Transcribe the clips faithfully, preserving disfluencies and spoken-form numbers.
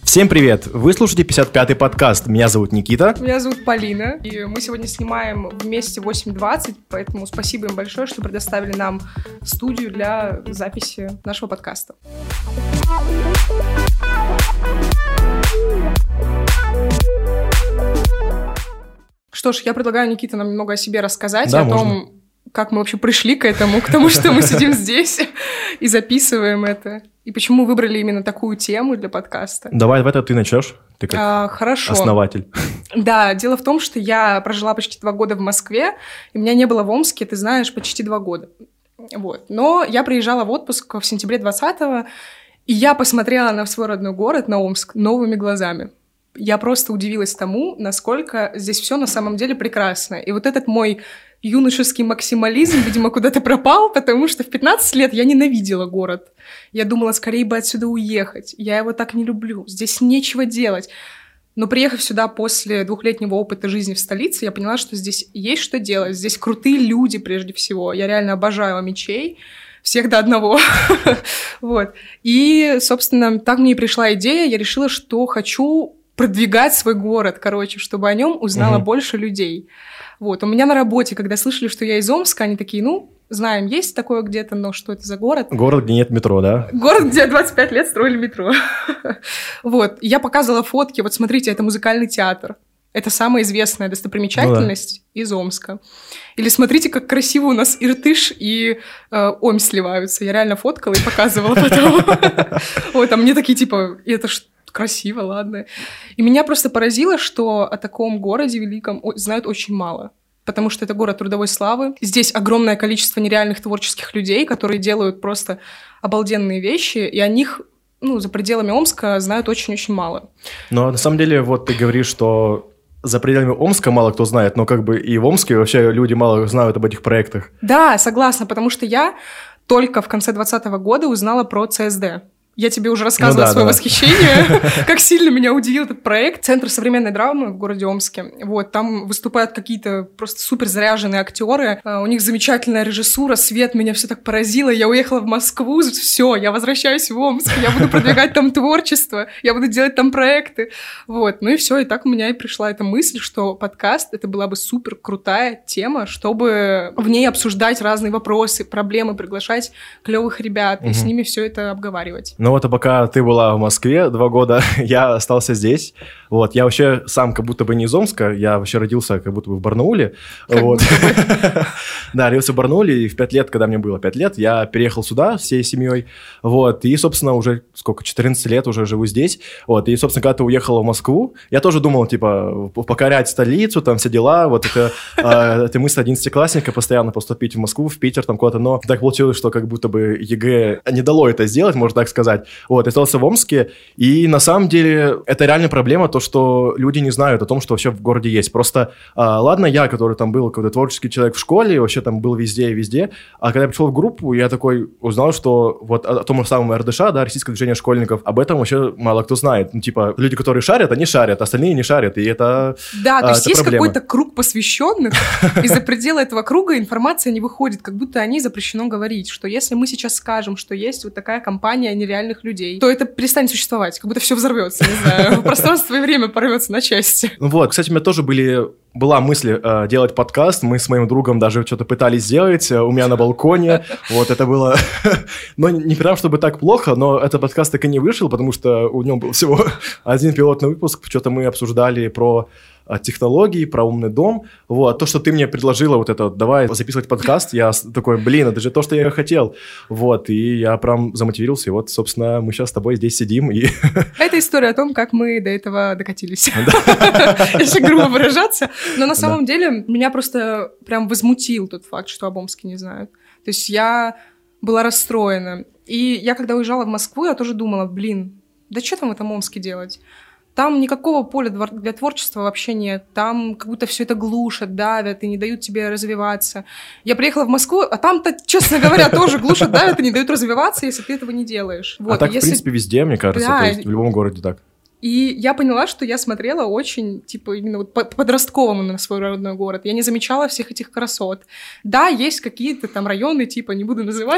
Всем привет! Вы слушаете пятьдесят пятый подкаст. Меня зовут Никита. Меня зовут Полина. И мы сегодня снимаем вместе восемь двадцать, поэтому спасибо им большое, что предоставили нам студию для записи нашего подкаста. Что ж, я предлагаю, Никита, нам немного о себе рассказать, да, о том, можно. Как мы вообще пришли к этому, к тому, что мы сидим здесь и записываем это. И почему выбрали именно такую тему для подкаста? Давай, давай ты начнешь. Ты как а, хорошо. основатель. Да, дело в том, что я прожила почти два года в Москве, и меня не было в Омске, ты знаешь, почти два года. Вот. Но я приезжала в отпуск в сентябре двадцатого, и я посмотрела на свой родной город, на Омск, новыми глазами. Я просто удивилась тому, насколько здесь все на самом деле прекрасно. И вот этот мой юношеский максимализм, видимо, куда-то пропал, потому что в пятнадцать лет я ненавидела город. Я думала, скорее бы отсюда уехать. Я его так не люблю. Здесь нечего делать. Но приехав сюда после двухлетнего опыта жизни в столице, я поняла, что здесь есть что делать. Здесь крутые люди, прежде всего. Я реально обожаю омичей. Всех до одного. Вот. И, собственно, так мне и пришла идея. Я решила, что хочу продвигать свой город, короче, чтобы о нем узнало угу. больше людей. Вот. У меня на работе, когда слышали, что я из Омска, они такие, ну, знаем, есть такое где-то, но что это за город? Город, где нет метро, да? Город, где двадцать пять лет строили метро. Вот. Я показывала фотки, вот смотрите, это музыкальный театр. Это самая известная достопримечательность ну, да. из Омска. Или смотрите, как красиво у нас Иртыш и э, Омь сливаются. Я реально фоткала и показывала потом. Вот, а мне такие, типа, это что? Красиво, ладно. И меня просто поразило, что о таком городе великом знают очень мало. Потому что это город трудовой славы. Здесь огромное количество нереальных творческих людей, которые делают просто обалденные вещи, и о них, ну, за пределами Омска знают очень-очень мало. Но на самом деле, вот ты говоришь, что за пределами Омска мало кто знает, но как бы и в Омске вообще люди мало знают об этих проектах. Да, согласна, потому что я только в конце двадцатого года узнала про ЦСД. Я тебе уже рассказывала ну, да, свое да. восхищение, как сильно меня удивил этот проект. Центр современной драмы в городе Омске. Вот, там выступают какие-то просто супер заряженные актеры. У них замечательная режиссура, свет, меня все так поразило. Я уехала в Москву, все, я возвращаюсь в Омск, я буду продвигать там творчество, я буду делать там проекты. Вот, ну и все, и так у меня и пришла эта мысль, что подкаст — это была бы супер крутая тема, чтобы в ней обсуждать разные вопросы, проблемы, приглашать клевых ребят угу. и с ними все это обговаривать. Ну вот, а пока ты была в Москве два года, я остался здесь. Вот, я вообще сам как будто бы не из Омска, я вообще родился как будто бы в Барнауле. Вот. Да, родился в Барнауле, и в пять лет, когда мне было пять лет, я переехал сюда всей семьей. Вот, и, собственно, уже сколько, четырнадцать лет уже живу здесь. Вот, и, собственно, когда ты уехала в Москву, я тоже думал, типа, покорять столицу, там все дела. Вот это, это мысль одиннадцатиклассника постоянно поступить в Москву, в Питер, там куда-то. Но так получилось, что как будто бы ЕГЭ не дало это сделать, можно так сказать. Вот, я остался в Омске, и на самом деле это реальная проблема, то, что люди не знают о том, что вообще в городе есть. Просто, а, ладно, я, который там был какой-то творческий человек в школе, вообще там был везде и везде, а когда я пришел в группу, я такой узнал, что вот о, о том же самом РДШ, да, Российское движение школьников, об этом вообще мало кто знает. Ну, типа, люди, которые шарят, они шарят, остальные не шарят, и это Да, а, то есть есть проблема. какой-то круг посвященных, и за пределы этого круга информация не выходит, как будто о ней запрещено говорить, что если мы сейчас скажем, что есть вот такая компания нереальных людей, то это перестанет существовать, как будто все взорвется, не знаю, пространство и время порвется на части. Ну вот, кстати, у меня тоже были, была мысль э, делать подкаст, мы с моим другом даже что-то пытались сделать э, у меня на балконе, вот, это было, ну, не прям чтобы так плохо, но этот подкаст так и не вышел, потому что у него был всего один пилотный выпуск, что-то мы обсуждали про технологий, про умный дом. Вот. То, что ты мне предложила, вот это, давай записывать подкаст, я такой, блин, это же то, что я хотел. Вот, и я прям замотивировался, и вот, собственно, мы сейчас с тобой здесь сидим. И... Это история о том, как мы до этого докатились. Если грубо выражаться. Но на самом деле меня просто прям возмутил тот факт, что об Омске не знают. То есть я была расстроена. И я, когда уезжала в Москву, я тоже думала, блин, да что там в этом Омске делать? Там никакого поля для творчества вообще нет. Там как будто все это глушат, давят и не дают тебе развиваться. Я приехала в Москву, а там-то, честно говоря, тоже глушат, давят и не дают развиваться, если ты этого не делаешь. Вот. А так, если... в принципе, везде, мне кажется, да. то есть в любом городе так. И я поняла, что я смотрела очень, типа, именно вот по-подростковому на свой родной город. Я не замечала всех этих красот. Да, есть какие-то там районы, типа, не буду называть,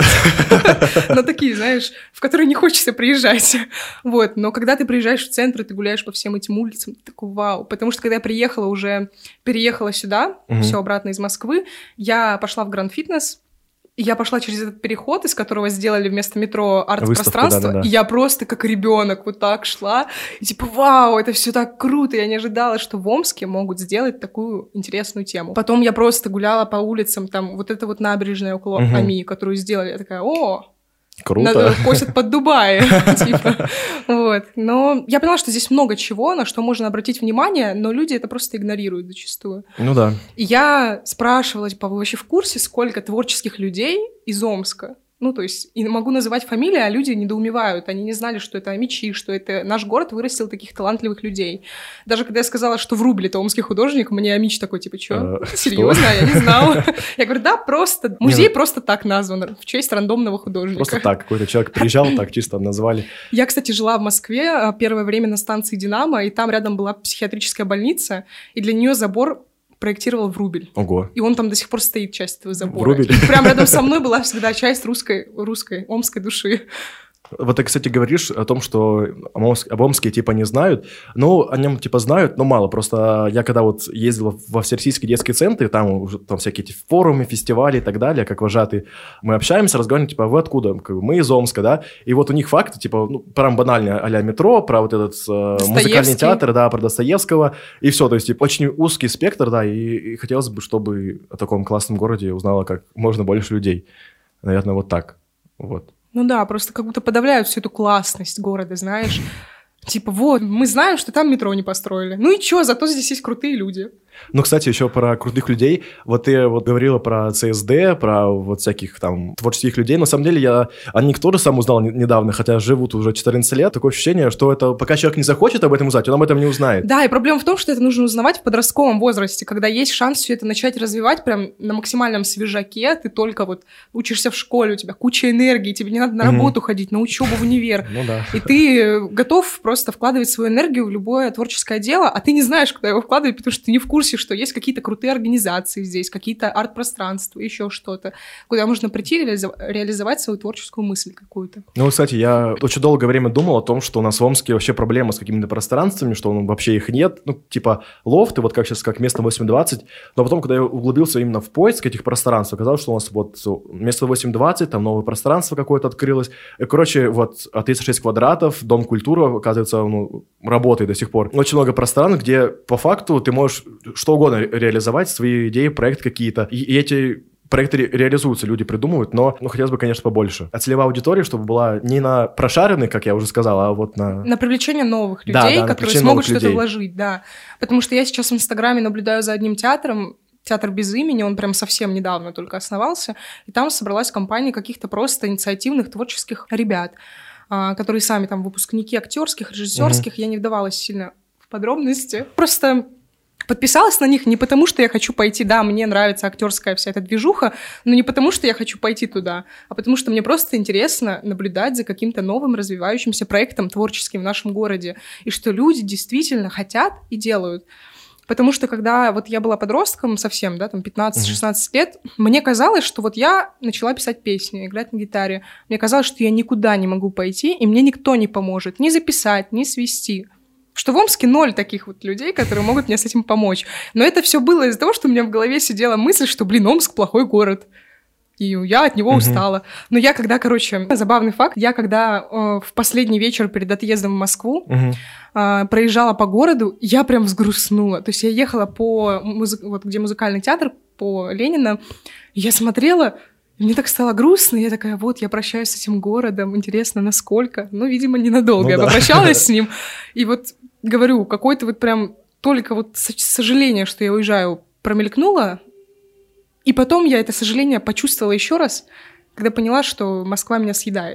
но такие, знаешь, в которые не хочется приезжать. Вот, но когда ты приезжаешь в центр, и ты гуляешь по всем этим улицам, ты такой, вау. Потому что когда я приехала уже, переехала сюда, все обратно из Москвы, я пошла в Гранд Фитнес. И я пошла через этот переход, из которого сделали вместо метро арт-пространство, да, да, да. И я просто как ребенок вот так шла, и типа, вау, это все так круто, я не ожидала, что в Омске могут сделать такую интересную тему. Потом я просто гуляла по улицам, там вот эта вот набережная около угу. Ами, которую сделали, я такая, о, круто. Надо, косят под Дубай, типа, вот. Но я поняла, что здесь много чего, на что можно обратить внимание, но люди это просто игнорируют зачастую. Ну да. И я спрашивала, типа, вы вообще в курсе, сколько творческих людей из Омска? Ну, то есть, и могу называть фамилии, а люди недоумевают. Они не знали, что это Амичи, что это наш город вырастил таких талантливых людей. Даже когда я сказала, что в Рубле это омский художник, мне Амич такой, типа, чё? Серьезно? Я не знала. Я говорю, да, просто. Музей просто так назван, в честь рандомного художника. Просто так. Какой-то человек приезжал, так чисто назвали. Я, кстати, жила в Москве первое время на станции «Динамо», и там рядом была психиатрическая больница, и для нее забор проектировал Врубель. Ого. И он там до сих пор стоит, часть этого забора. Врубель. И прям рядом со мной была всегда часть русской, русской, омской души. Вот ты, кстати, говоришь о том, что об Омске типа не знают. Ну, о нем типа знают, но мало. Просто я когда вот ездил во всероссийские детские центры, там уже там всякие эти форумы, фестивали и так далее, как вожатые, мы общаемся, разговариваем, типа, вы откуда? Мы из Омска, да? И вот у них факты, типа, ну, прям банально а-ля метро, про вот этот э, музыкальный театр, да, про Достоевского, и все. То есть, типа, очень узкий спектр, да, и, и хотелось бы, чтобы о таком классном городе узнало как можно больше людей. Наверное, вот так. Вот. Ну да, просто как будто подавляют всю эту классность города, знаешь. Типа, вот, мы знаем, что там метро не построили. Ну и чё, зато здесь есть крутые люди. Ну, кстати, еще про крутых людей. Вот ты вот говорила про ЦСД, про вот всяких там творческих людей. На самом деле, я о них тоже сам узнал недавно, хотя живут уже четырнадцать лет. Такое ощущение, что это пока человек не захочет об этом узнать, он об этом не узнает. Да, и проблема в том, что это нужно узнавать в подростковом возрасте, когда есть шанс все это начать развивать прям на максимальном свежаке. Ты только вот учишься в школе, у тебя куча энергии, тебе не надо на работу mm-hmm. ходить, на учебу в универ. Ну да. И ты готов просто вкладывать свою энергию в любое творческое дело, а ты не знаешь, куда его вкладывать, потому что ты не в курсе, что есть какие-то крутые организации здесь, какие-то арт-пространства, еще что-то, куда можно прийти и реализовать свою творческую мысль какую-то. Ну, кстати, я очень долгое время думал о том, что у нас в Омске вообще проблема с какими-то пространствами, что ну, вообще их нет. Ну, типа лофты, вот как сейчас, как место восемь двадцать. Но потом, когда я углубился именно в поиск этих пространств, оказалось, что у нас вот место восемь двадцать, там новое пространство какое-то открылось. И, короче, вот тридцать шесть квадратов, Дом культуры, оказывается, ну, работает до сих пор. Очень много пространств, где по факту ты можешь что угодно реализовать, свои идеи, проекты какие-то. И, и эти проекты ре- реализуются, люди придумывают, но ну, хотелось бы, конечно, побольше. А целевая аудитория, чтобы была не на прошаренных, как я уже сказал, а вот на... На привлечение новых людей, да, да, которые смогут что-то людей. вложить, да. Потому что я сейчас в Инстаграме наблюдаю за одним театром, театр без имени, он прям совсем недавно только основался, и там собралась компания каких-то просто инициативных творческих ребят, которые сами там выпускники актерских, режиссерских, угу. Я не вдавалась сильно в подробности. Просто подписалась на них не потому, что я хочу пойти, да, мне нравится актерская вся эта движуха, но не потому, что я хочу пойти туда, а потому что мне просто интересно наблюдать за каким-то новым развивающимся проектом творческим в нашем городе, и что люди действительно хотят и делают. Потому что когда вот я была подростком совсем, да, там пятнадцать-шестнадцать лет, мне казалось, что вот я начала писать песни, играть на гитаре. Мне казалось, что я никуда не могу пойти, и мне никто не поможет ни записать, ни свести. Что в Омске ноль таких вот людей, которые могут мне с этим помочь. Но это все было из-за того, что у меня в голове сидела мысль, что, блин, Омск плохой город. И я от него uh-huh. устала. Но я когда, короче, забавный факт, я когда э, в последний вечер перед отъездом в Москву uh-huh. э, проезжала по городу, я прям взгрустнула. То есть я ехала по, музы... вот где музыкальный театр, по Ленина, и я смотрела, и мне так стало грустно, и я такая, вот, я прощаюсь с этим городом, интересно, насколько? Ну, видимо, ненадолго. Ну, я да. попрощалась с ним, и вот говорю, какое-то вот прям только вот сожаление, что я уезжаю, промелькнуло. И потом я это сожаление почувствовала еще раз, когда поняла, что Москва меня съедает.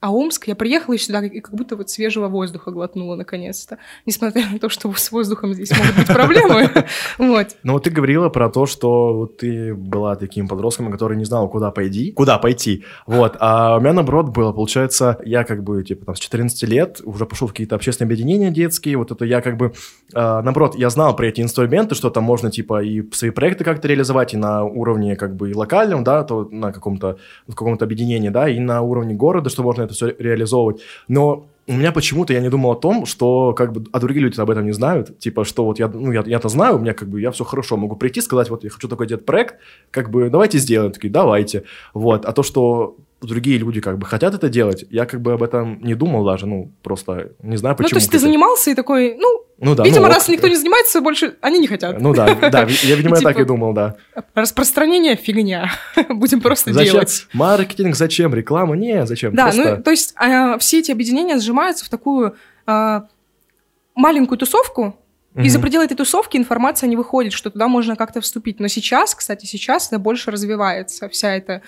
А Омск, я приехала сюда и как будто вот свежего воздуха глотнула наконец-то. Несмотря на то, что с воздухом здесь могут быть проблемы. Вот. Ну, вот ты говорила про то, что ты была таким подростком, который не знал, куда пойти. Куда пойти. Вот. А у меня, наоборот, было, получается, я как бы, типа, там, с четырнадцати лет уже пошел в какие-то общественные объединения детские. Вот это я как бы, наоборот, я знал про эти инструменты, что там можно, типа, и свои проекты как-то реализовать, и на уровне, как бы, и локальном, да, то на каком-то, в каком-то объединении, да, и на уровне города, что можно это все реализовывать. Но у меня почему-то я не думал о том, что как бы, а другие люди об этом не знают, типа, что вот я, ну, я, я-то знаю, у меня как бы, я все хорошо, могу прийти, сказать, вот я хочу такой делать проект, как бы, давайте сделаем, такие, давайте, вот, а то, что другие люди как бы хотят это делать, я как бы об этом не думал даже, ну, просто не знаю почему. Ну, то есть ты занимался и такой, ну, ну да, видимо, ну, раз вот, никто не занимается, больше они не хотят. Ну да, да, я, видимо, так и думал, да. Распространение фигня, будем просто зачем? делать. Маркетинг зачем, реклама, не, зачем, да, просто... ну, то есть а, все эти объединения сжимаются в такую а, маленькую тусовку, и за пределы этой тусовки информация не выходит, что туда можно как-то вступить. Но сейчас, кстати, сейчас это больше развивается, вся эта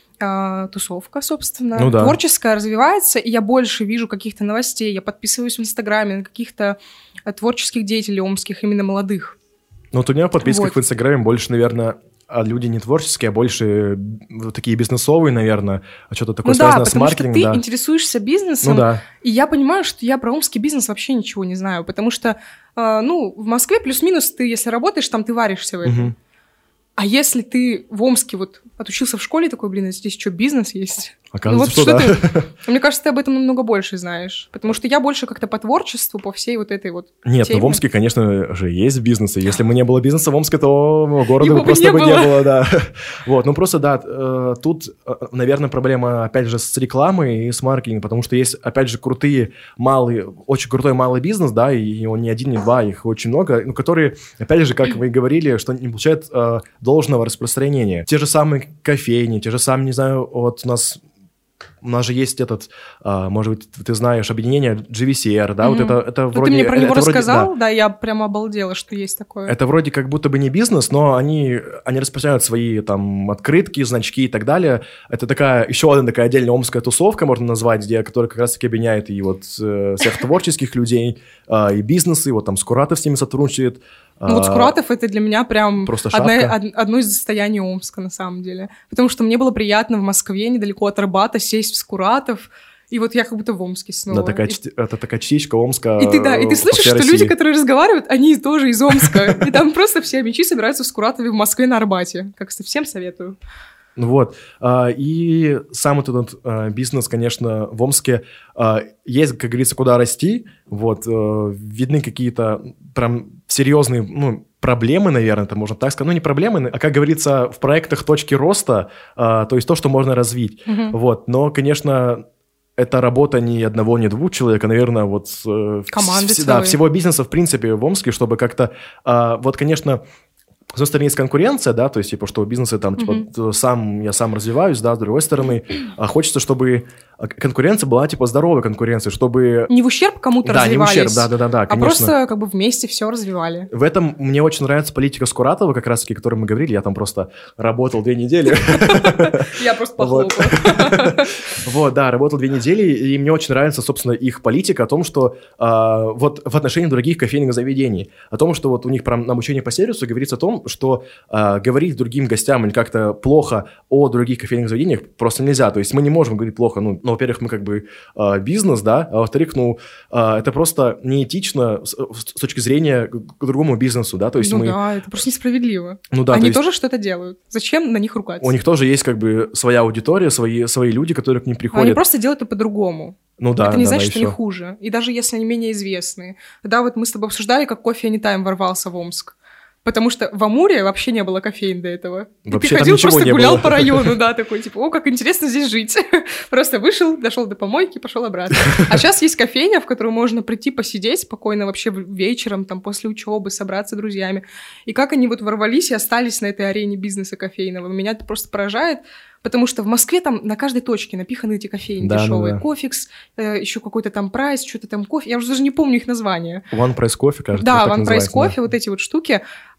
э, тусовка, собственно. Ну, да. Творческая развивается, и я больше вижу каких-то новостей. Я подписываюсь в Инстаграме на каких-то творческих деятелей омских, именно молодых. Ну, вот у меня подписках вот. в Инстаграме больше, наверное... А люди не творческие, а больше такие бизнесовые, наверное, а что-то такое ну связанное да, с маркетингом. Потому что ты да. интересуешься бизнесом, ну, да. и я понимаю, что я про омский бизнес вообще ничего не знаю, потому что, э, ну, в Москве плюс-минус ты, если работаешь, там ты варишься в этом. Угу. А если ты в Омске вот отучился в школе, такой, блин, а здесь что, бизнес есть? Оказывается, ну, вот что, что да. ты... Мне кажется, ты об этом намного больше знаешь. Потому что я больше как-то по творчеству, по всей вот этой вот Нет, теме. ну в Омске, конечно же, есть бизнесы. Если бы не было бизнеса в Омске, то города бы просто не бы было. не было, да. Вот, ну просто, да, тут, наверное, проблема, опять же, с рекламой и с маркетингом, потому что есть, опять же, крутые, малые, очень крутой малый бизнес, да, и он не один, не два, их очень много, ну, которые, опять же, как вы и говорили, что не получают э, должного распространения. Те же самые кофейни, те же самые, не знаю, вот у нас... У нас же есть этот, а, может быть, ты знаешь, объединение джи ви си ар, да, mm-hmm. вот это, это ну, вроде... Ты мне про него это рассказал, вроде, да. да, я прямо обалдела, что есть такое. Это вроде как будто бы не бизнес, но они, они распространяют свои там открытки, значки и так далее. Это такая, еще одна такая отдельная омская тусовка, можно назвать, где, которая как раз-таки объединяет и вот э, всех творческих людей, э, и бизнесы, вот там Скуратов с ними сотрудничает. Ну, вот Скуратов — это для меня прям Просто одна, од, одно из достояний Омска, на самом деле. Потому что мне было приятно в Москве, недалеко от Арбата, сесть в Скуратов, и вот я как будто в Омске снова. Да, такая, и... это такая частичка Омска. И ты, да, и ты слышишь, что России. люди, которые разговаривают, они тоже из Омска. И там просто все мечи собираются в Скуратове в Москве на Арбате. Как всем советую. Вот. И сам этот бизнес, конечно, в Омске есть, как говорится, куда расти. Вот. Видны какие-то прям серьезные, ну, проблемы, наверное, это можно так сказать. Ну, не проблемы, а, как говорится, в проектах точки роста, то есть то, что можно развить. Mm-hmm. Вот. Но, конечно... Это работа ни одного, ни двух человек, а, наверное, вот... Команды вс- да, всего бизнеса, в принципе, в Омске, чтобы как-то... А, вот, конечно, с одной стороны, есть конкуренция, да, то есть, типа, что бизнесы там, типа, mm-hmm. сам, я сам развиваюсь, да, с другой стороны, а хочется, чтобы конкуренция была, типа, здоровой конкуренцией, чтобы... Не в ущерб кому-то да, развивались. Да, не в ущерб, да-да-да, конечно. А просто, как бы, вместе все развивали. В этом мне очень нравится политика Скуратова, как раз-таки, о которой мы говорили, я там просто работал две недели. Я просто похлопала. Вот, да, работал две недели, и мне очень нравится, собственно, их политика о том, что вот в отношении других кофейных заведений, о том, что вот у них прям на обучении по сервису говорится о том, что говорить другим гостям или как-то плохо о других кофейных заведениях просто нельзя. То есть мы не можем говорить плохо, ну, ну во-первых, мы как бы бизнес, да, а во-вторых, ну, это просто неэтично с, с точки зрения к другому бизнесу, да, то есть ну мы... да, это просто несправедливо. Ну да, Они то есть... тоже что-то делают. Зачем на них ругаться? У них тоже есть как бы своя аудитория, свои, свои люди, которые к ним приходят. Они просто делают это по-другому. Ну да, это не да, значит, да, что они хуже. И даже если они менее известные. Тогда вот мы с тобой обсуждали, как кофе Anytime ворвался в Омск. Потому что в Амуре вообще не было кофеин до этого. Вообще ты приходил, просто гулял было. по району, да, такой, типа, о, как интересно здесь жить. Просто вышел, дошел до помойки, пошел обратно. А сейчас есть кофейня, в которую можно прийти посидеть спокойно вообще вечером, там, после учебы, собраться с друзьями. И как они вот ворвались и остались на этой арене бизнеса кофейного. Меня это просто поражает. Потому что в Москве там на каждой точке напиханы эти кофейни да, дешевые. Да, да. Кофекс, э, еще какой-то там прайс, что-то там кофе. Я уже даже не помню их названия. One Price Coffee, кажется. Да, One Price Coffee, да. Вот эти вот штуки.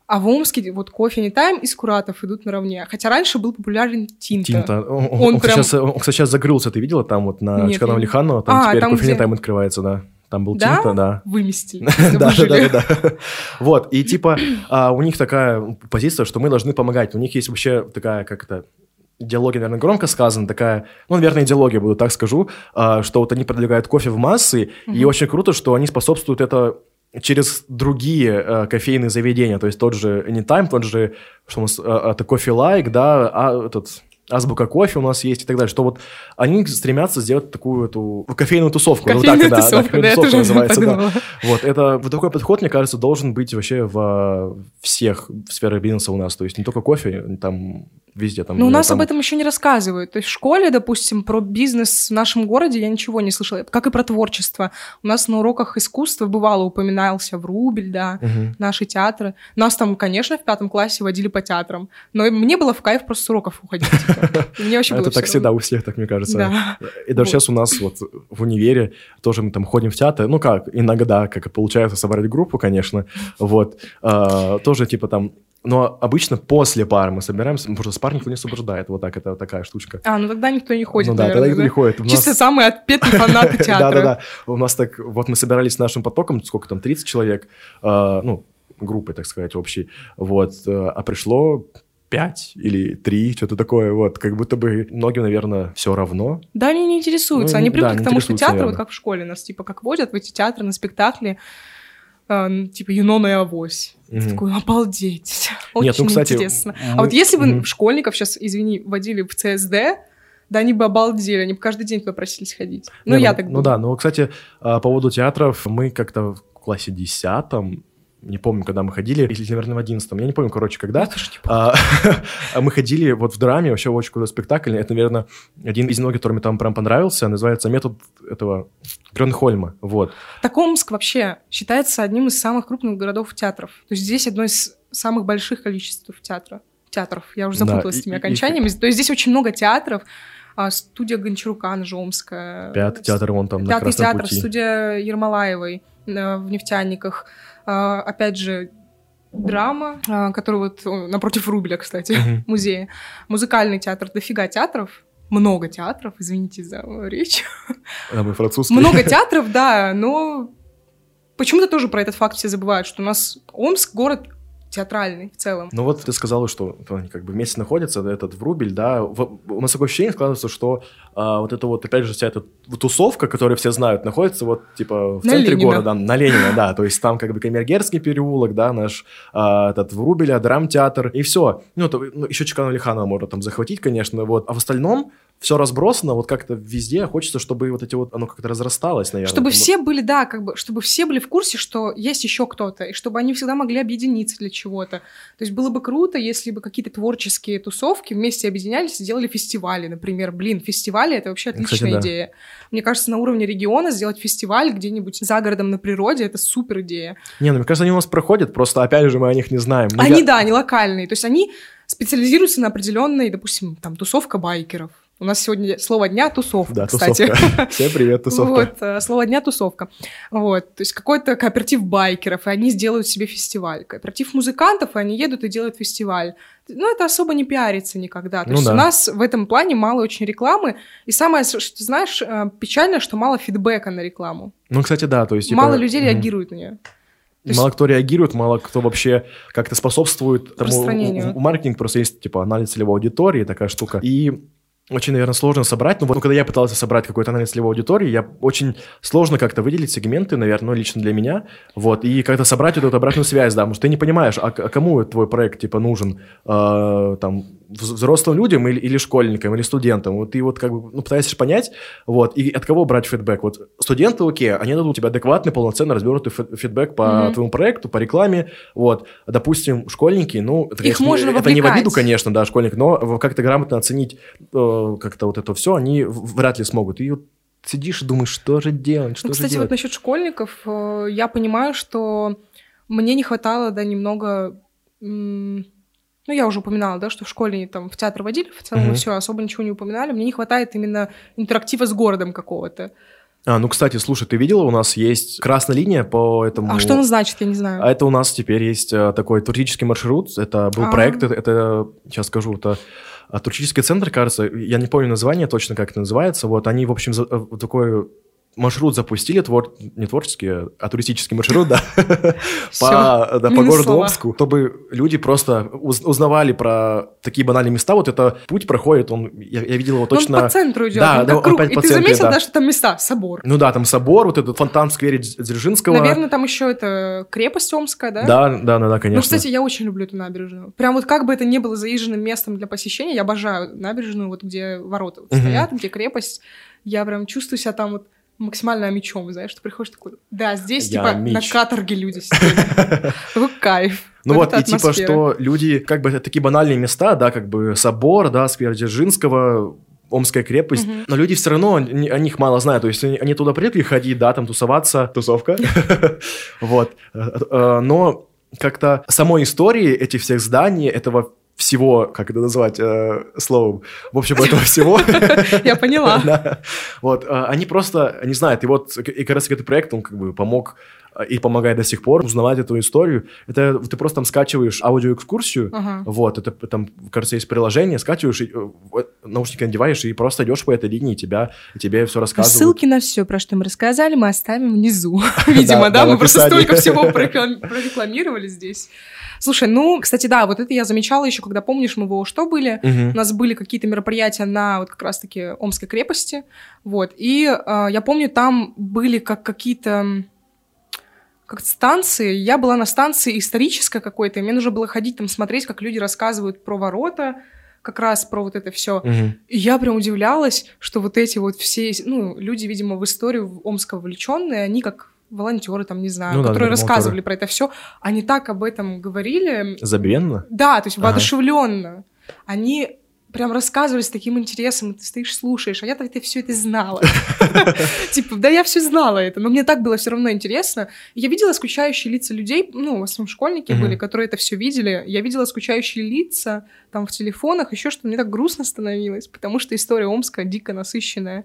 А в Омске вот кофе Anytime и Скуратов идут наравне. Хотя раньше был популярен Тинто. Тинто. Он, он, он, прям... сейчас, он, кстати, сейчас закрылся, ты видела? Там вот на Чканова Лиханова, там а, теперь там, кофе где... Anytime открывается, да. Там был да? Тинто, да. Выместили. Да, да, да. Вот, и типа у них такая позиция, что мы должны помогать. У них есть вообще такая, как это... идеология, наверное, громко сказана, такая, ну, наверное, идеология, буду так скажу, что вот они продвигают кофе в массы, mm-hmm. и очень круто, что они способствуют это через другие э, кофейные заведения, то есть тот же Anytime, тот же, что у нас, э, это Coffee Like, да, а этот... Азбука кофе у нас есть и так далее, что вот они стремятся сделать такую эту кофейную тусовку. Кофейную ну, так, тусовку, да, кофейная да, тусовка я называется, тоже да. Вот, это, вот такой подход, мне кажется, должен быть вообще во всех сферах бизнеса у нас, то есть не только кофе, там везде. Там, но у нас там... об этом еще не рассказывают. То есть в школе, допустим, про бизнес в нашем городе я ничего не слышала, как и про творчество. У нас на уроках искусства бывало упоминался Врубель, да, угу. наши театры. Нас там, конечно, в пятом классе водили по театрам, но мне было в кайф просто с уроков уходить. Мне вообще это так всегда у всех, так мне кажется. И даже сейчас у нас вот в универе тоже мы там ходим в театр, ну как, иногда, как и получается собрать группу, конечно, вот, тоже типа там. Но обычно после пары мы собираемся, потому что с пар никто не освобождает. Вот так, это такая штучка. А, ну тогда никто не ходит, ну, да, наверное, тогда никто да? не ходит. У Чисто нас... самые отпетые фанаты театра. Да-да-да. У нас так, вот мы собирались с нашим потоком, сколько там, тридцать человек, ну, группой, так сказать, общей, вот, а пришло пять или три, что-то такое, вот, как будто бы многим, наверное, все равно. Да, они не интересуются, ну, они привыкли да, к тому, что театр, наверное. вот как в школе нас, типа, как водят в эти театры на спектакли, э, типа, Юнона и Авось. Mm-hmm. Ты такой, обалдеть, очень Нет, ну, кстати, интересно. Мы... А вот если бы mm-hmm. школьников сейчас, извини, водили в ЦСД, да они бы обалдели, они бы каждый день туда просились ходить. Ну, Не, я ну, так Ну думаю. да, ну, кстати, по поводу театров, мы как-то в классе десятом, не помню, когда мы ходили, или, наверное, в одиннадцатом, я не помню, короче, когда. Я тоже не помню. А, мы ходили вот в драме, вообще очень крутой спектакль. Это, наверное, один из многих, который мне там прям понравился. Называется «Метод этого Грёнхольма». Вот. Так Омск вообще считается одним из самых крупных городов театров. То есть здесь одно из самых больших количеств театра. театров. Я уже запуталась да, с этими и, окончаниями. И... То есть здесь очень много театров. Студия Гончарука, она же омская. Пятый театр вон там Пятый на Красном театр, пути. Студия Ермолаевой в Нефтяниках. Uh, опять же, драма, uh, который вот напротив Врубеля, кстати, uh-huh. музея. Музыкальный театр, дофига театров. Много театров, извините за речь. А мы французский. Много театров, да, но почему-то тоже про этот факт все забывают, что у нас Омск город театральный в целом. Ну вот ты сказала, что они как бы вместе находятся, этот Врубель, да, в, у нас такое ощущение складывается, что а, вот это вот, опять же, вся эта тусовка, которую все знают, находится вот, типа, в на центре Ленина. города, на Ленина, да, то есть там как бы Камергерский переулок, да, наш а, этот Врубеля, драмтеатр, и все. Ну, то, ну еще Чканова Лиханова можно там захватить, конечно, вот, а в остальном все разбросано, вот как-то везде, хочется, чтобы вот эти вот, оно как-то разрасталось, наверное. Чтобы там, все вот... были, да, как бы, чтобы все были в курсе, что есть еще кто-то, и чтобы они всегда могли объединиться для чего-то. То есть было бы круто, если бы какие-то творческие тусовки вместе объединялись и делали фестивали, например. Блин, фестивали — это вообще отличная Кстати, да. идея. Мне кажется, на уровне региона сделать фестиваль где-нибудь за городом на природе — это супер идея. Не, ну мне кажется, они у нас проходят, просто опять же мы о них не знаем. Но они, я... да, они локальные, то есть они специализируются на определенной, допустим, там, тусовка байкеров. У нас сегодня слово дня — тусовка, да, кстати. Тусовка. Всем привет, тусовка. Вот, слово дня — тусовка. Вот, то есть какой-то кооператив байкеров, и они сделают себе фестиваль. Кооператив музыкантов, и они едут и делают фестиваль. Ну, это особо не пиарится никогда. То ну есть да. у нас в этом плане мало очень рекламы. И самое, что ты знаешь, печально, что мало фидбэка на рекламу. Ну, кстати, да. То есть, мало типа... людей реагирует на нее. Мало есть... кто реагирует, мало кто вообще как-то способствует тому... В, в маркетинг просто есть, типа, анализ целевой аудитории, такая штука. И... Очень, наверное, сложно собрать. Но вот ну, когда я пытался собрать какой-то анализ целевой аудитории, я очень сложно как-то выделить сегменты, наверное, ну, лично для меня. Вот, и как-то собрать эту, эту обратную связь, да, потому что ты не понимаешь, а, а кому твой проект, типа, нужен, э, там, взрослым людям или, или школьникам, или студентам. Вот ты вот как бы, ну, пытаешься понять, вот, и от кого брать фидбэк. Вот студенты, окей, они дадут тебе адекватный, полноценно развернутый фидбэк по mm-hmm. твоему проекту, по рекламе, вот. Допустим, школьники, ну, это, Их конечно, можно это не в обиду, конечно, да, школьник, но как-то грамотно оценить э, как-то вот это все, они вряд ли смогут. И вот сидишь и думаешь, что же делать, что ну, же кстати, делать? вот насчет школьников, я понимаю, что мне не хватало, да, немного... М- ну, я уже упоминала, да, что в школе там в театр водили, в целом uh-huh. все, особо ничего не упоминали. Мне не хватает именно интерактива с городом какого-то. А, ну, кстати, слушай, ты видела, у нас есть красная линия по этому... А что она значит, я не знаю. А это у нас теперь есть а, такой туристический маршрут, это был А-а-а. проект, это, это, сейчас скажу, это туристический центр, кажется, я не помню название точно, как это называется, вот, они, в общем, за, такой... маршрут запустили, твор... не творческий, а туристический маршрут, да, по, да, по городу Омску, чтобы люди просто уз- узнавали про такие банальные места. Вот это путь проходит, он, я, я видел его точно... Он по центру идет, да, он да, как круг. Он и по ты центре, заметил, да. да, что там места, собор. Ну да, там собор, вот этот фонтан в сквере Дзержинского. Наверное, там еще это крепость Омская, да? Да, да, да, да, конечно. Ну, кстати, я очень люблю эту набережную. Прям вот как бы это ни было заезженным местом для посещения, я обожаю набережную, вот где ворота вот стоят, где крепость. Я прям чувствую себя там вот максимально мечом, знаешь, что приходишь такой, да, здесь, я типа, меч. На каторге люди сидят. Такой кайф. Ну вот, и типа, что люди, как бы, такие банальные места, да, как бы собор, да, сквер Дзержинского, Омская крепость, uh-huh. но люди все равно, они, о них мало знают, то есть они, они туда привыкли ходить, да, там тусоваться, тусовка, вот, но как-то самой истории этих всех зданий, этого всего, как это назвать э, словом, в общем, этого всего. Я поняла. Вот, они просто не знают, и вот и как раз этот проект, он как бы помог и помогает до сих пор узнавать эту историю. Это ты просто там скачиваешь аудиоэкскурсию, вот, это там, кажется, есть приложение, скачиваешь, наушники надеваешь и просто идешь по этой линии, тебя, и тебе все рассказывают. Ссылки на все, про что мы рассказали, мы оставим внизу. Видимо, да, мы просто столько всего прорекламировали здесь. Слушай, ну, кстати, да, вот это я замечала еще, когда, помнишь, мы в что были, uh-huh. у нас были какие-то мероприятия на вот как раз-таки Омской крепости, вот, и э, я помню, там были как какие-то как станции, я была на станции исторической какой-то, и мне нужно было ходить там смотреть, как люди рассказывают про ворота, как раз про вот это все. Uh-huh. И я прям удивлялась, что вот эти вот все, ну, люди, видимо, в историю Омска вовлеченные, они как... волонтеры, там, не знаю, ну, которые да, рассказывали волонтеры. Про это все, они так об этом говорили. Забвенно? Да, то есть воодушевленно. Ага. Они прям рассказывали с таким интересом, и ты стоишь, слушаешь, а я-то это все это знала. Типа, да я все знала это, но мне так было все равно интересно. Я видела скучающие лица людей, ну, в основном школьники были, которые это все видели. Я видела скучающие лица там в телефонах, еще что мне так грустно становилось, потому что история Омска дико насыщенная.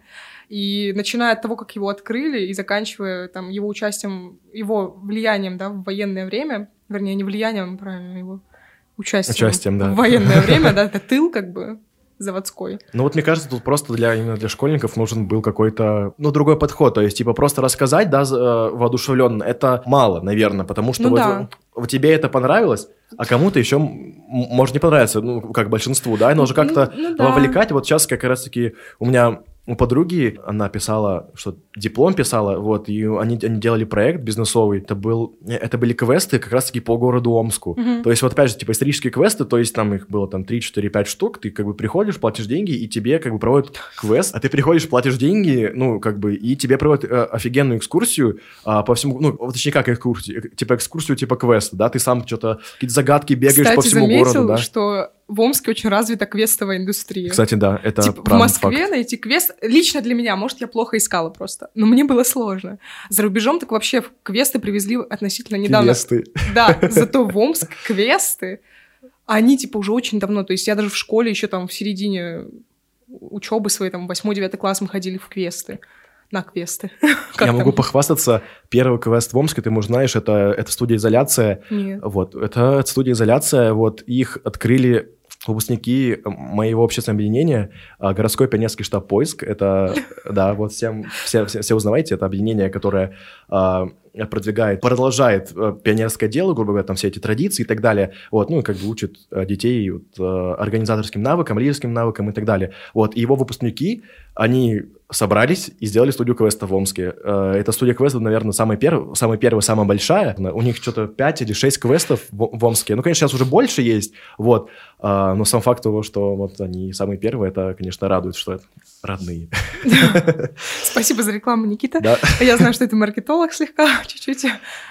И начиная от того, как его открыли, и заканчивая там его участием, его влиянием, да, в военное время, вернее, не влиянием, правильно, его участием, участием да. в военное время, да, это тыл как бы заводской. Ну вот мне кажется, тут просто для именно для школьников нужен был какой-то, ну, другой подход, то есть типа просто рассказать, да, воодушевленно, это мало, наверное, потому что ну, вот, да. вот тебе это понравилось, а кому-то еще может не понравиться, ну, как большинству, да, и нужно как-то ну, ну, да. вовлекать. Вот сейчас как раз-таки у меня у подруги, она писала, что диплом писала, вот, и они, они делали проект бизнесовый, это, был, это были квесты как раз-таки по городу Омску. Mm-hmm. То есть, вот опять же, типа исторические квесты, то есть там их было там три, четыре, пять штук, ты как бы приходишь, платишь деньги, и тебе как бы проводят квест, а ты приходишь, платишь деньги, ну, как бы, и тебе проводят э, офигенную экскурсию а, по всему, ну, точнее, как экскурсию, типа экскурсию типа квеста, да, ты сам что-то, какие-то загадки бегаешь Кстати, по всему заметил, городу, да. что в Омске очень развита квестовая индустрия. Кстати, да, это типа, правда в Москве факт. найти квест, лично для меня, может, я плохо искала просто, но мне было сложно. За рубежом так вообще квесты привезли относительно недавно. Квесты. Да, зато в Омск квесты, они типа уже очень давно, то есть я даже в школе еще там в середине учебы своей, там, восьмой-девятый класс мы ходили в квесты. На квесты. Я там? могу похвастаться. Первый квест в Омске, ты, может, знаешь, это, это студия «Изоляция». Нет. Вот, это студия «Изоляция». Вот, их открыли выпускники моего общественного объединения, городской пионерский штаб «Поиск». Это, да, вот всем, все, все, все узнавайте, это объединение, которое продвигает, продолжает пионерское дело, грубо говоря, там все эти традиции и так далее. Вот, ну, и как бы учит детей вот, организаторским навыкам, лидерским навыкам и так далее. Вот, и его выпускники, они собрались и сделали студию квеста в Омске. Эта студия квестов, наверное, самая первая, самая первая, самая большая. У них что-то пять или шесть квестов в, в Омске. Ну, конечно, сейчас уже больше есть, вот. Но сам факт того, что вот они самые первые, это, конечно, радует, что это родные. Спасибо за рекламу, Никита. Я знаю, что это маркетолог слегка, чуть-чуть.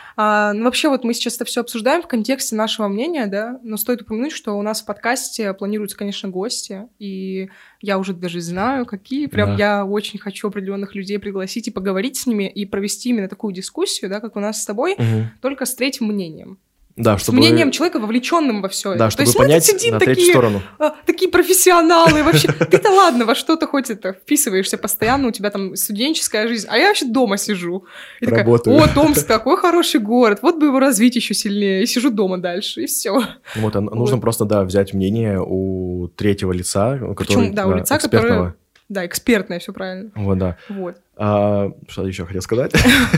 А, ну, вообще, вот мы сейчас это все обсуждаем в контексте нашего мнения, да, но стоит упомянуть, что у нас в подкасте планируются, конечно, гости, и я уже даже знаю, какие. Прям да. Я очень хочу определенных людей пригласить и поговорить с ними, и провести именно такую дискуссию, да, как у нас с тобой, угу. только с третьим мнением. Да, с чтобы... мнением человека, вовлеченным во все Да, это. чтобы То есть понять мы тут сидим на третью такие, сторону. а, такие профессионалы вообще. Ты-то ладно, во что ты хоть это вписываешься постоянно, у тебя там студенческая жизнь, а я вообще дома сижу. И такая, Работаю. о, Томск такой хороший город, вот бы его развить еще сильнее. И сижу дома дальше, и все. Вот, а нужно просто, да, взять мнение у третьего лица, у которого, Причем, да, у лица, экспертного. которое... Да, экспертное, все правильно. Вот, да. Вот. А, что еще хотел сказать?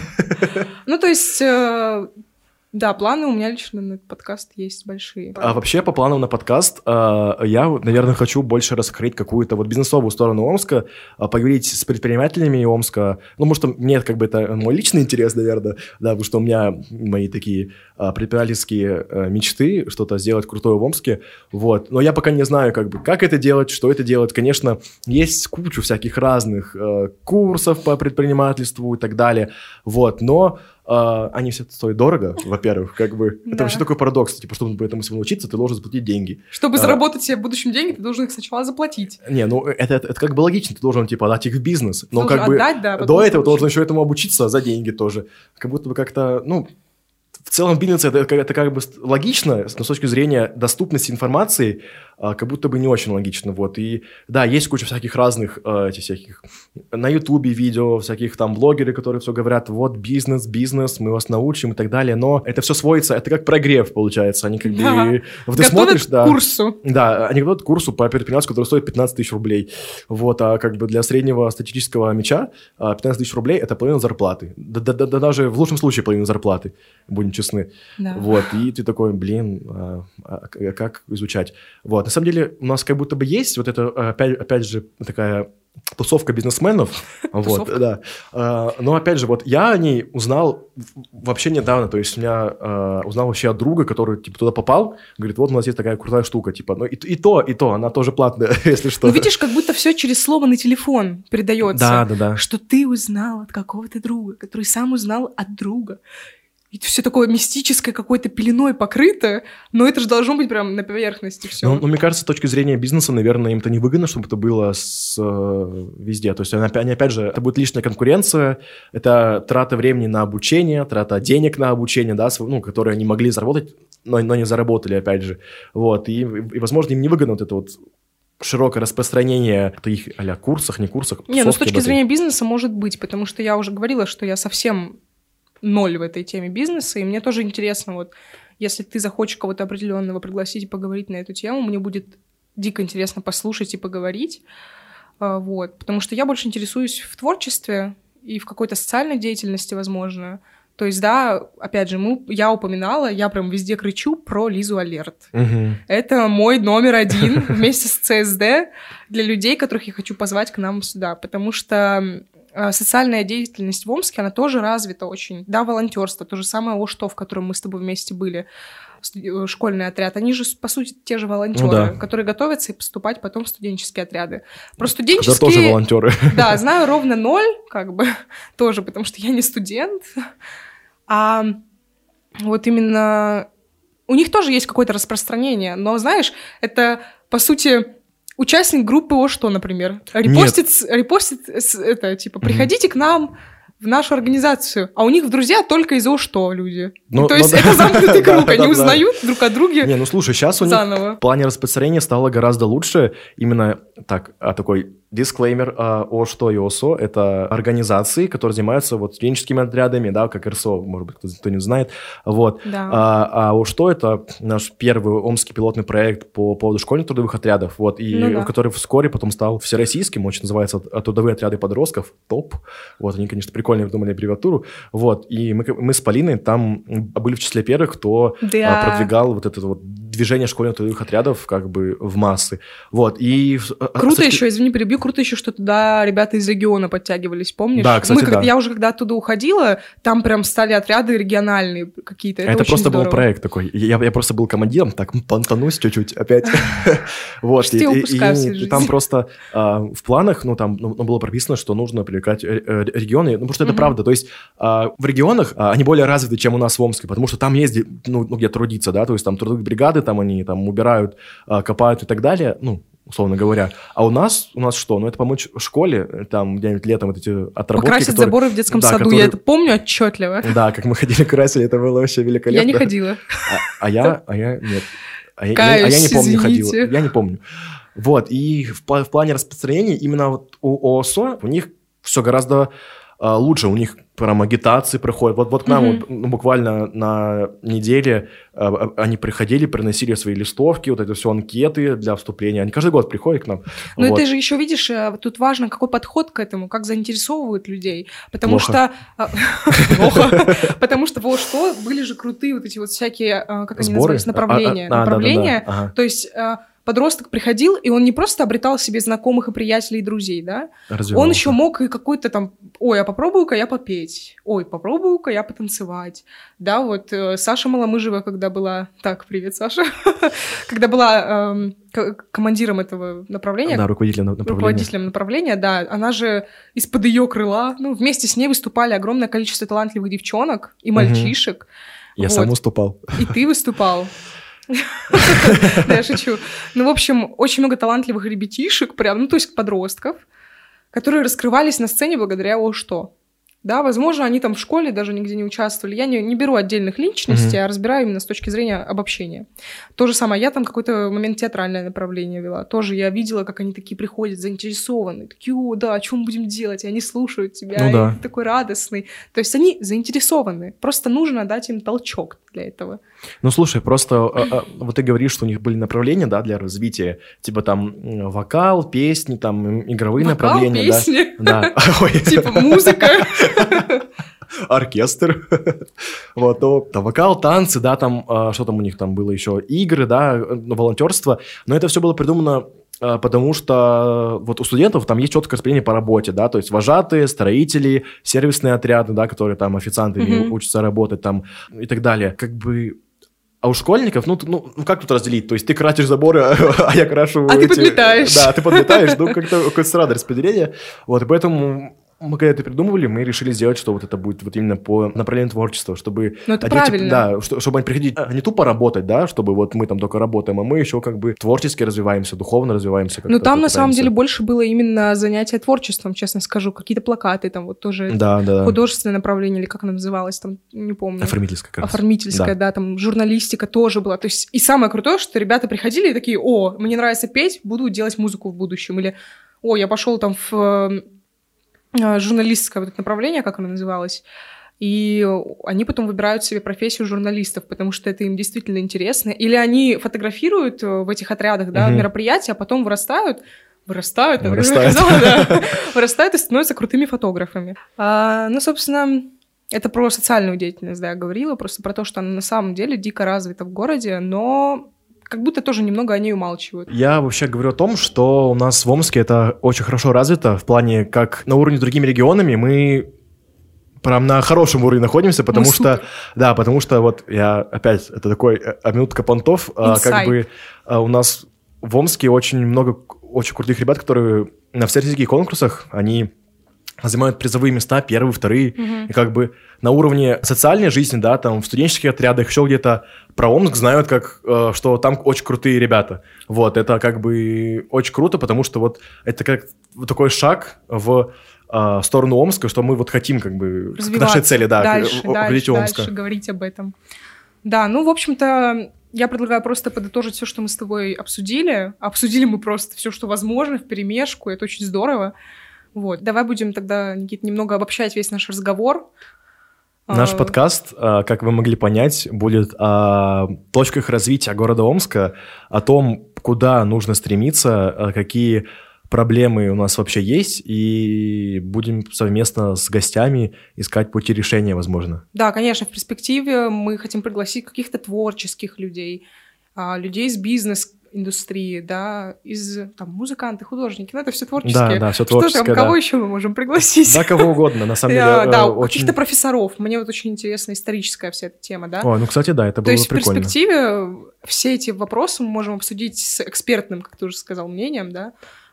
Ну, то есть... э, Да, планы у меня лично на этот подкаст есть большие. А вообще, по планам на подкаст, а, я, наверное, хочу больше раскрыть какую-то вот бизнесовую сторону Омска, а, поговорить с предпринимателями Омска. Ну, может, мне как бы это мой личный интерес, наверное, да, потому что у меня мои такие а, предпринимательские а, мечты, что-то сделать крутое в Омске, вот. Но я пока не знаю, как бы, как это делать, что это делать. Конечно, есть кучу всяких разных а, курсов по предпринимательству и так далее, вот, но... Uh, они все стоят дорого, во-первых, как бы. Да. Это вообще такой парадокс, типа, чтобы этому всему научиться, ты должен заплатить деньги. Чтобы А, заработать себе в будущем деньги, ты должен их сначала заплатить. Не, ну это, это, это как бы логично, ты должен, типа, отдать их в бизнес. Но Должен как бы отдать, да, до потом этого получить. должен еще этому обучиться за деньги тоже. Как будто бы как-то, ну... В целом бизнес это, это как бы логично, но с точки зрения доступности информации, а, как будто бы не очень логично, вот, и да, есть куча всяких разных, а, этих всяких, на ютубе видео, всяких там блогеры, которые все говорят, вот, бизнес, бизнес, мы вас научим и так далее, но это все сводится, это как прогрев, получается, они как бы, Да. вот ты смотришь, да. к курсу. Да, они готовят к курсу по предпринимательству, который стоит пятнадцать тысяч рублей, вот, а как бы для среднего статистического мяча а, пятнадцать тысяч рублей – это половина зарплаты, да, да, да, да, даже в лучшем случае половина зарплаты, будем честны. Да. Вот, и ты такой, блин, а, а как изучать? Вот, на самом деле у нас как будто бы есть вот это, опять, опять же, такая тусовка бизнесменов, вот, да. А, но опять же, вот я о ней узнал вообще недавно, то есть у меня а, узнал вообще от друга, который типа туда попал, говорит, вот у нас есть такая крутая штука, типа, ну и, и то, и то, она тоже платная, если что. Ну, видишь, как будто все через сломанный телефон передается. Да, да, да. Что ты узнал от какого-то друга, который сам узнал от друга. И все такое мистическое, какой-то пеленой покрыто, но это же должно быть прям на поверхности все. Ну, ну, мне кажется, с точки зрения бизнеса, наверное, им-то не выгодно, чтобы это было с, э, везде. То есть, они, они, опять же, это будет лишняя конкуренция, это трата времени на обучение, трата денег на обучение, да, ну, которые они могли заработать, но, но не заработали, опять же. Вот, и, и, возможно, им не выгодно вот это вот широкое распространение в таких а-ля курсах, не курсах. Не, ну, с точки зрения бизнеса может быть, потому что я уже говорила, что я совсем... ноль в этой теме бизнеса, и мне тоже интересно, вот, если ты захочешь кого-то определенного пригласить и поговорить на эту тему, мне будет дико интересно послушать и поговорить, вот, потому что я больше интересуюсь в творчестве и в какой-то социальной деятельности, возможно. То есть, да, опять же, мы, я упоминала, я прям везде кричу про Лизу Алерт. Угу. Это мой номер один вместе с ЦСД для людей, которых я хочу позвать к нам сюда, потому что социальная деятельность в Омске, она тоже развита очень. Да, волонтерство, то же самое ОШТО, в котором мы с тобой вместе были, школьный отряд, они же, по сути, те же волонтеры, ну, да. которые готовятся и поступать потом в студенческие отряды. Про студенческие... Когда тоже волонтеры. Да, знаю ровно ноль, как бы, тоже, потому что я не студент. А вот именно... У них тоже есть какое-то распространение, но, знаешь, это, по сути... Участник группы ОШТО, например, репостит, репостит это, типа, приходите mm-hmm. к нам в нашу организацию, а у них в друзья только из ОШТО люди. Ну, то есть ну, это да. замкнутый круг, они узнают друг о друге. Не, ну слушай, сейчас у них в плане распространения стало гораздо лучше. Именно так, такой дисклеймер, ОШТО и ОСО – это организации, которые занимаются вот студенческими отрядами, да, как РСО, может быть, кто-то не знает. Вот. Да. А, а ОШТО – это наш первый омский пилотный проект по поводу школьных трудовых отрядов, вот, и ну, да. который вскоре потом стал всероссийским, очень называется «Трудовые отряды подростков», ТОП. Вот, они, конечно, прикольно придумали аббревиатуру. Вот, и мы, мы с Полиной там были в числе первых, кто да. а, продвигал вот это вот движение школьных трудовых отрядов как бы в массы. Вот, и... Круто точки... еще, извини, перебью, круто еще, что туда ребята из региона подтягивались, помнишь? Да, кстати, Мы, да. Я уже когда оттуда уходила, там прям стали отряды региональные какие-то. Это, это просто здорово. был проект такой. Я, я просто был командиром, так понтанусь чуть-чуть опять. Вот, и, и, и там просто а, в планах, ну, там ну, было прописано, что нужно привлекать регионы, ну, потому что это mm-hmm. правда. То есть а, в регионах а, они более развиты, чем у нас в Омске, потому что там есть, ну, ну где трудиться, да, то есть там трудовые бригады, там они там убирают, а, копают и так далее, ну, условно говоря. А у нас, у нас что? Ну, это помочь в школе, там где-нибудь летом вот эти отработки. Покрасить которые... заборы в детском да, саду, которые... я это помню отчетливо. Да, как мы ходили красили, это было вообще великолепно. Я не ходила. А, а я, а я, нет. А я, Каюсь, я, а я не помню, извините. ходила. Я не помню. Вот, и в, в плане распространения именно вот у ООСО у них все гораздо а, лучше. У них прям агитации проходят. Вот, вот к нам mm-hmm. вот, ну, буквально на неделе а, они приходили, приносили свои листовки, вот это все анкеты для вступления. Они каждый год приходят к нам. Ну, вот. ты же еще видишь, тут важно, какой подход к этому, как заинтересовывают людей. Потому Плохо. что... Плохо. Потому что вот что, были же крутые вот эти вот всякие, как они назывались, направления. Направления. То есть... Подросток приходил, и он не просто обретал себе знакомых и приятелей, и друзей, да? Он еще мог и какой-то там, ой, а попробую-ка я попеть, ой, попробую-ка я потанцевать. Да, вот э, Саша Маломыжева, когда была... Так, привет, Саша. Когда была э, к- командиром этого направления... Да, руководителем направления. Руководителем направления, да. Она же из-под ее крыла, ну, вместе с ней выступали огромное количество талантливых девчонок и мальчишек. Я сам выступал. И ты выступал. Да, я шучу. Ну, в общем, очень много талантливых ребятишек, прям, ну, то есть подростков, которые раскрывались на сцене благодаря о что. Да, возможно, они там в школе даже нигде не участвовали. Я не, не беру отдельных личностей, mm-hmm. а разбираю именно с точки зрения обобщения. То же самое, я там какой-то момент театральное направление вела. Тоже я видела, как они такие приходят, заинтересованные. Такие, о, да, что мы будем делать? И они слушают тебя, ну, и да. ты такой радостный. То есть они заинтересованы. Просто нужно дать им толчок для этого. Ну, слушай, просто а, а, вот ты говоришь, что у них были направления, да, для развития. Типа там вокал, песни, там игровые вокал, направления. Песни. Да. Типа музыка. Оркестр. Вот, то, то вокал, танцы, да, там, а, что там у них там было еще, игры, да, волонтерство. Но это все было придумано, а, потому что вот у студентов там есть четкое распределение по работе, да, то есть вожатые, строители, сервисные отряды, да, которые там официантами mm-hmm. учатся работать там и так далее. Как бы... А у школьников, ну, ну, ну, как тут разделить? То есть ты красишь заборы, а я крашу... А эти... ты подметаешь. Да, ты подметаешь, ну, как-то какое-то странное распределение. Вот, и поэтому... Мы когда это придумывали, мы решили сделать, что вот это будет вот именно по направлению творчества, чтобы... Ну, это одни, правильно. Типа, да, что, чтобы они приходили не тупо работать, да, чтобы вот мы там только работаем, а мы еще как бы творчески развиваемся, духовно развиваемся. Ну, там на самом деле больше было именно занятие творчеством, честно скажу. Какие-то плакаты там вот тоже. Да, да. Художественное направление, или как оно называлось, там, не помню. Оформительское, как раз. Оформительское, да. да, там журналистика тоже была. То есть и самое крутое, что ребята приходили и такие, о, мне нравится петь, буду делать музыку в будущем. Или, о, я пошел там в... журналистское вот это направление, как оно называлось, и они потом выбирают себе профессию журналистов, потому что это им действительно интересно. Или они фотографируют в этих отрядах, да, угу. мероприятия, а потом вырастают, вырастают, вырастают. Сказала, да, вырастают и становятся крутыми фотографами. А, ну, собственно, это про социальную деятельность, да, я говорила, просто про то, что она на самом деле дико развита в городе, но... как будто тоже немного о ней умалчивают. Я вообще говорю о том, что у нас в Омске это очень хорошо развито в плане, как на уровне с другими регионами мы прям на хорошем уровне находимся, потому мы что, супер. да, потому что вот я опять, это такой минутка понтов, а, как бы а, у нас в Омске очень много очень крутых ребят, которые на всероссийских конкурсах, они занимают призовые места, первые, вторые, угу. и как бы на уровне социальной жизни, да, там в студенческих отрядах, еще где-то про Омск знают, как, э, что там очень крутые ребята. Вот, это как бы очень круто, потому что вот это как вот такой шаг в э, сторону Омска, что мы вот хотим как бы к нашей цели, да, дальше, к, дальше, Омска. Дальше говорить об этом. Да, ну, в общем-то, я предлагаю просто подытожить все, что мы с тобой обсудили. Обсудили мы просто все, что возможно, вперемешку, это очень здорово. Вот. Давай будем тогда, Никит, немного обобщать весь наш разговор. Наш подкаст, как вы могли понять, будет о точках развития города Омска, о том, куда нужно стремиться, какие проблемы у нас вообще есть, и будем совместно с гостями искать пути решения, возможно. Да, конечно, в перспективе мы хотим пригласить каких-то творческих людей, людей из бизнеса, индустрии, да, из там музыканты, художники, ну это все творческие. Да, да, все творческое. Что там, кого да. еще мы можем пригласить? Да, кого угодно, на самом деле. Да, очень... каких-то профессоров. Мне вот очень интересна историческая вся эта тема, да. Ой, ну, кстати, да, это было прикольно. То есть в перспективе все эти вопросы мы можем обсудить с экспертным, как ты уже сказал, мнением, да,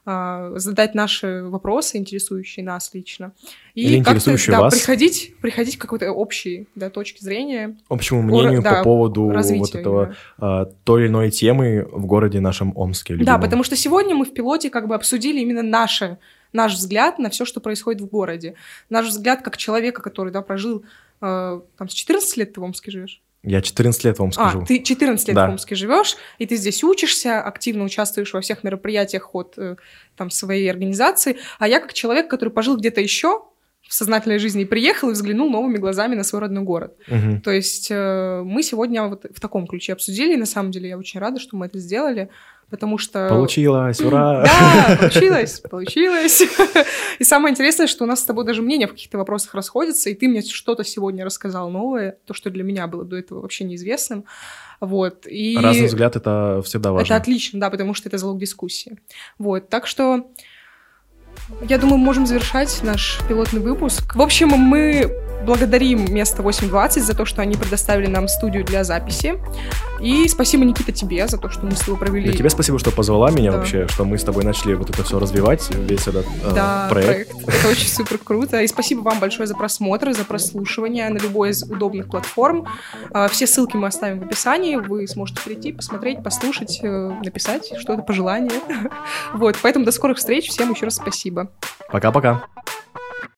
а, задать наши вопросы, интересующие нас лично. И Или интересующие да, вас. Приходить, приходить к какой-то общей, да, точке зрения. Общему мнению О, по да, поводу вот развития этого а, той или иной темы в городе нашем Омске. Любимом. Да, потому что сегодня мы в пилоте как бы обсудили именно наше, наш взгляд на все, что происходит в городе. Наш взгляд как человека, который, да, прожил, э, там, с четырнадцати лет ты в Омске живешь? Я четырнадцать лет в Омске а, живу. ты четырнадцать лет да. в Омске живешь, и ты здесь учишься, активно участвуешь во всех мероприятиях от там, своей организации, а я как человек, который пожил где-то еще в сознательной жизни, приехал и взглянул новыми глазами на свой родной город. Угу. То есть э, мы сегодня вот в таком ключе обсудили, и на самом деле я очень рада, что мы это сделали, потому что... Получилось, ура! Да, получилось, получилось. И самое интересное, что у нас с тобой даже мнения в каких-то вопросах расходятся, и ты мне что-то сегодня рассказал новое, то, что для меня было до этого вообще неизвестным. Вот. И разный взгляд — это всегда важно. Это отлично, да, потому что это залог дискуссии. Вот, так что я думаю, мы можем завершать наш пилотный выпуск. В общем, мы благодарим Место восемь двадцать за то, что они предоставили нам студию для записи. И спасибо, Никита, тебе за то, что мы с тобой провели... Да, тебе спасибо, что позвала меня да. вообще, что мы с тобой начали вот это все развивать, весь этот э, да, проект. проект. Это очень супер круто. И спасибо вам большое за просмотр, за прослушивание на любой из удобных платформ. Все ссылки мы оставим в описании. Вы сможете прийти, посмотреть, послушать, написать что-то, пожелание. Вот, поэтому до скорых встреч. Всем еще раз спасибо. Пока-пока.